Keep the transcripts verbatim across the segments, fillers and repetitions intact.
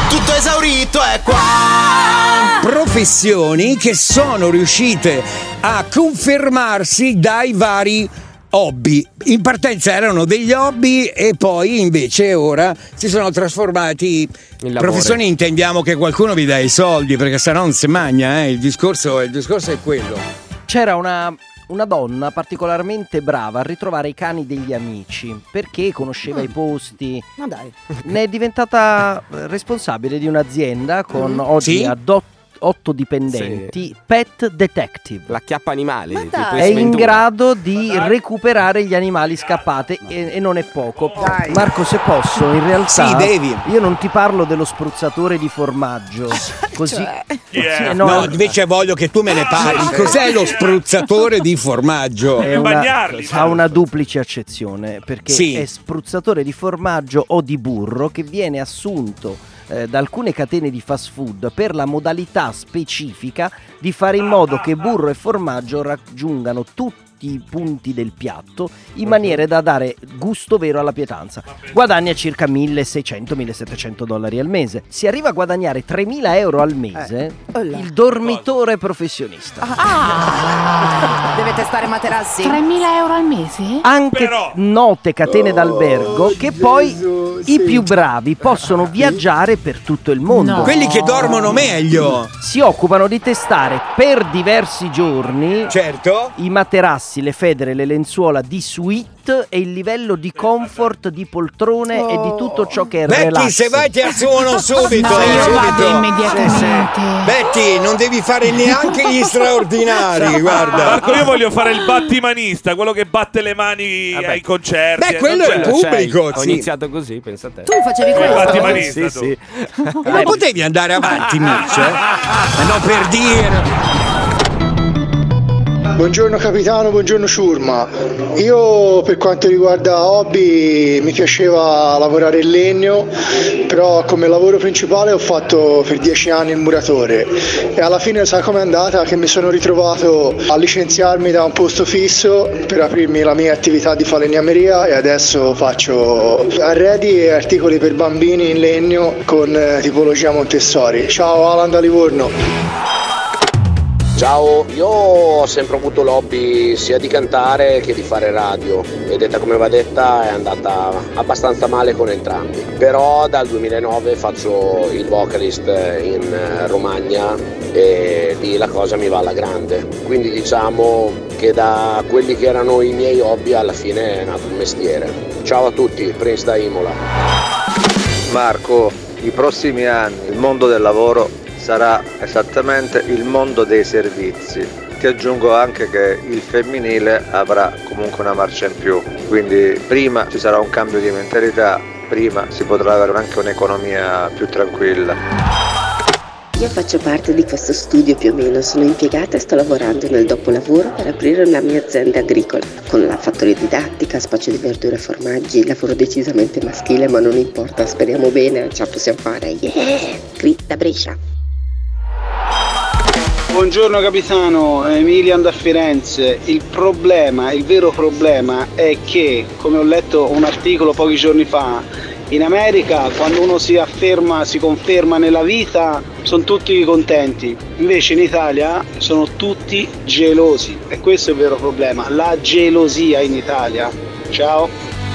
Tutto esaurito è qua. Professioni che sono riuscite a confermarsi dai vari hobby. In partenza erano degli hobby e poi invece ora si sono trasformati in professioni. Intendiamo che qualcuno vi dà i soldi, perché sennò non si magna, eh? il discorso, il discorso è quello. C'era una Una donna particolarmente brava a ritrovare i cani degli amici, perché conosceva mm. i posti. Ma dai. Ne è diventata responsabile di un'azienda con mm. oggi sì? a dot otto dipendenti, sì. Pet Detective. La chiappa animali. È in grado di recuperare gli animali scappati e, e non è poco. Dai. Marco, se posso, in realtà sì, devi. Io non ti parlo dello spruzzatore di formaggio. Così, cioè. yeah. no, no, invece voglio che tu me ne parli. Cos'è lo spruzzatore di formaggio? È una, ha una duplice accezione, perché sì. è spruzzatore di formaggio o di burro che viene assunto Eh, da alcune catene di fast food per la modalità specifica di fare in modo che burro e formaggio raggiungano tutti i punti del piatto in maniera da dare gusto vero alla pietanza. Guadagna circa milleseicento millesettecento dollari al mese. Si arriva a guadagnare tremila euro al mese eh. il dormitore professionista. Ah. Deve testare materassi. tremila euro al mese? Anche Però... note catene d'albergo che poi i più bravi possono viaggiare per tutto il mondo. No. Quelli che dormono meglio si occupano di testare per diversi giorni certo i materassi, le federe, le lenzuola di suite e il livello di comfort di poltrone oh. e di tutto ciò che è Betty, relax. se vai ti assumono subito. No, io subito. vado immediatamente. Betty, non devi fare neanche gli straordinari, guarda. Marco, io voglio fare il battimanista, quello che batte le mani Vabbè. ai concerti. Beh, quello è il pubblico. Cioè, ho sì. iniziato così, pensa a te. Tu facevi Il questo? battimanista, Sì, tu. sì. Ma potevi andare avanti, Mitch, eh? Ma non per dire. Buongiorno capitano, buongiorno ciurma. Io per quanto riguarda hobby mi piaceva lavorare in legno, però come lavoro principale ho fatto per dieci anni il muratore e alla fine sai com'è andata? Che mi sono ritrovato a licenziarmi da un posto fisso per aprirmi la mia attività di falegnameria e adesso faccio arredi e articoli per bambini in legno con tipologia Montessori. Ciao Alan da Livorno. Ciao, io ho sempre avuto l'hobby sia di cantare che di fare radio e detta come va detta è andata abbastanza male con entrambi, però dal duemilanove faccio il vocalist in Romagna e lì la cosa mi va alla grande, quindi diciamo che da quelli che erano i miei hobby alla fine è nato un mestiere. Ciao a tutti, Prince da Imola. Marco, i prossimi anni il mondo del lavoro sarà esattamente il mondo dei servizi. Ti aggiungo anche che il femminile avrà comunque una marcia in più, quindi prima ci sarà un cambio di mentalità, prima si potrà avere anche un'economia più tranquilla. Io faccio parte di questo studio più o meno, sono impiegata e sto lavorando nel dopolavoro per aprire la mia azienda agricola, con la fattoria didattica, spaccio di verdure e formaggi, lavoro decisamente maschile ma non importa, speriamo bene, ce la possiamo fare, yeah! Gritta Brescia! Buongiorno capitano, Emilian da Firenze. Il problema, il vero problema è che, come ho letto un articolo pochi giorni fa, in America quando uno si afferma, si conferma nella vita, sono tutti contenti. Invece in Italia sono tutti gelosi. E questo è il vero problema, la gelosia in Italia. Ciao.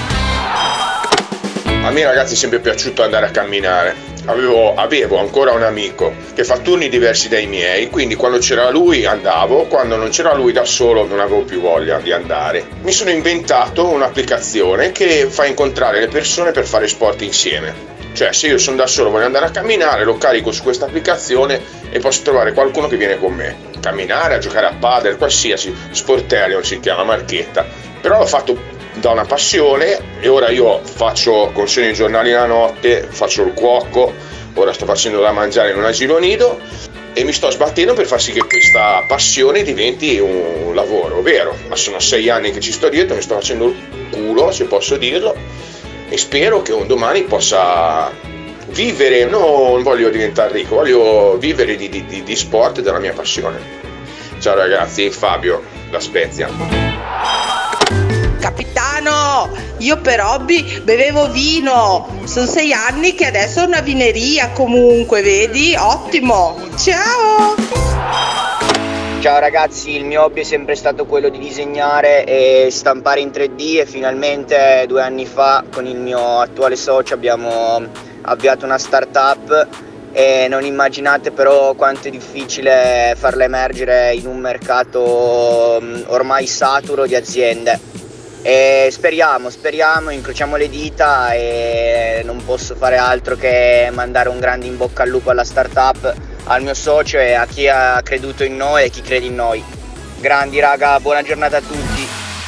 A me ragazzi è sempre piaciuto andare a camminare. Avevo, avevo ancora un amico che fa turni diversi dai miei, quindi quando c'era lui andavo, quando non c'era lui da solo non avevo più voglia di andare. Mi sono inventato un'applicazione che fa incontrare le persone per fare sport insieme. Cioè se io sono da solo, voglio andare a camminare, lo carico su questa applicazione e posso trovare qualcuno che viene con me. Camminare, a giocare a padel, qualsiasi, Sportellion si chiama, marchetta. Però l'ho fatto da una passione e ora io faccio consegno i giornali la notte, faccio il cuoco, ora sto facendo da mangiare in un asilo nido e mi sto sbattendo per far sì che questa passione diventi un lavoro vero. Ma sono sei anni che ci sto dietro, mi sto facendo il culo, se posso dirlo, e spero che un domani possa vivere, no, non voglio diventare ricco, voglio vivere di, di, di sport e della mia passione. Ciao ragazzi, Fabio da Spezia. Capitano, io per hobby bevevo vino, sono sei anni che adesso è una vineria comunque, vedi? Ottimo, ciao! Ciao ragazzi, il mio hobby è sempre stato quello di disegnare e stampare in tre D e finalmente due anni fa con il mio attuale socio abbiamo avviato una startup e non immaginate però quanto è difficile farla emergere in un mercato ormai saturo di aziende. E speriamo, speriamo, incrociamo le dita e non posso fare altro che mandare un grande in bocca al lupo alla startup, al mio socio e a chi ha creduto in noi e chi crede in noi. Grandi raga, buona giornata a tutti.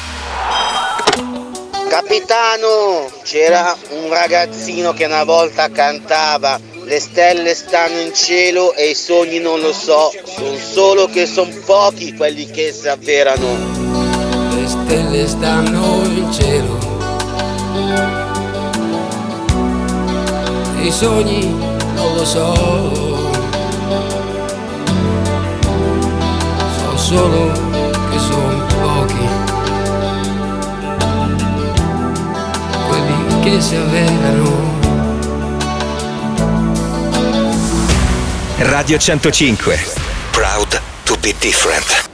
Capitano, c'era un ragazzino che una volta cantava: le stelle stanno in cielo e i sogni non lo so, sono solo che sono pochi quelli che si avverano. Le stelle stanno in cielo, i sogni non lo so, so solo che sono pochi quelli che si avverano. Radio centocinque, proud to be different.